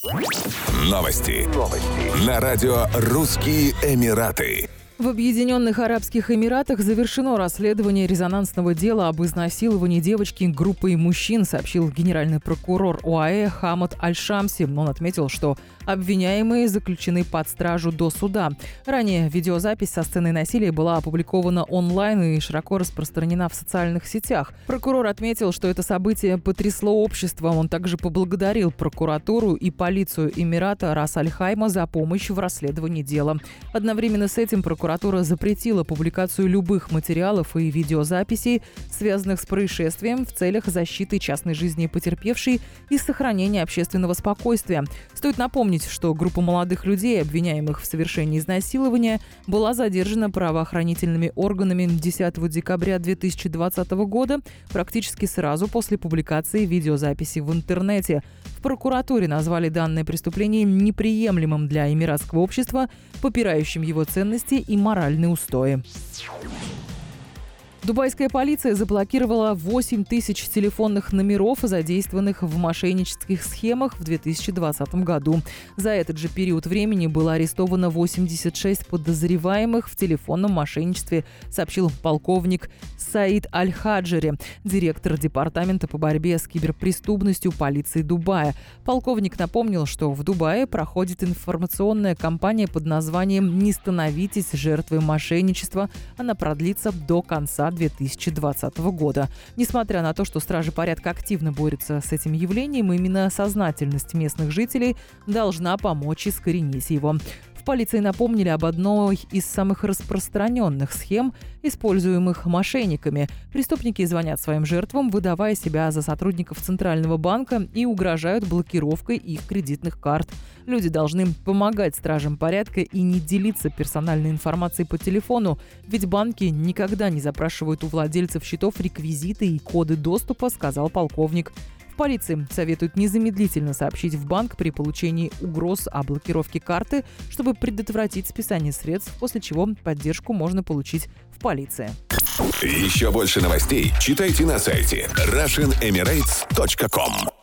Новости. На радио «Русские Эмираты». В Объединенных Арабских Эмиратах завершено расследование резонансного дела об изнасиловании девочки группой мужчин, сообщил генеральный прокурор ОАЭ Хамад Аль-Шамси. Он отметил, что обвиняемые заключены под стражу до суда. Ранее видеозапись со сценой насилия была опубликована онлайн и широко распространена в социальных сетях. Прокурор отметил, что это событие потрясло общество. Он также поблагодарил прокуратуру и полицию Эмирата Рас Аль-Хайма за помощь в расследовании дела. Одновременно с этим прокуратура запретила публикацию любых материалов и видеозаписей, связанных с происшествием, в целях защиты частной жизни потерпевшей и сохранения общественного спокойствия. Стоит напомнить, что группа молодых людей, обвиняемых в совершении изнасилования, была задержана правоохранительными органами 10 декабря 2020 года, практически сразу после публикации видеозаписи в интернете. В прокуратуре назвали данное преступление неприемлемым для эмиратского общества, попирающим его ценности и моральные устои. Дубайская полиция заблокировала 8 тысяч телефонных номеров, задействованных в мошеннических схемах в 2020 году. За этот же период времени было арестовано 86 подозреваемых в телефонном мошенничестве, сообщил полковник Саид Аль-Хаджери, директор департамента по борьбе с киберпреступностью полиции Дубая. Полковник напомнил, что в Дубае проходит информационная кампания под названием «Не становитесь жертвой мошенничества». Она продлится до конца 2020 года. Несмотря на то, что стражи порядка активно борются с этим явлением, именно сознательность местных жителей должна помочь искоренить его. В полиции напомнили об одной из самых распространенных схем, используемых мошенниками. Преступники звонят своим жертвам, выдавая себя за сотрудников Центрального банка и угрожают блокировкой их кредитных карт. Люди должны помогать стражам порядка и не делиться персональной информацией по телефону, ведь банки никогда не запрашивают у владельцев счетов реквизиты и коды доступа, сказал полковник. В полиции советуют незамедлительно сообщить в банк при получении угроз о блокировке карты, чтобы предотвратить списание средств, после чего поддержку можно получить в полиции. Еще больше новостей читайте на сайте RussianEmirates.com.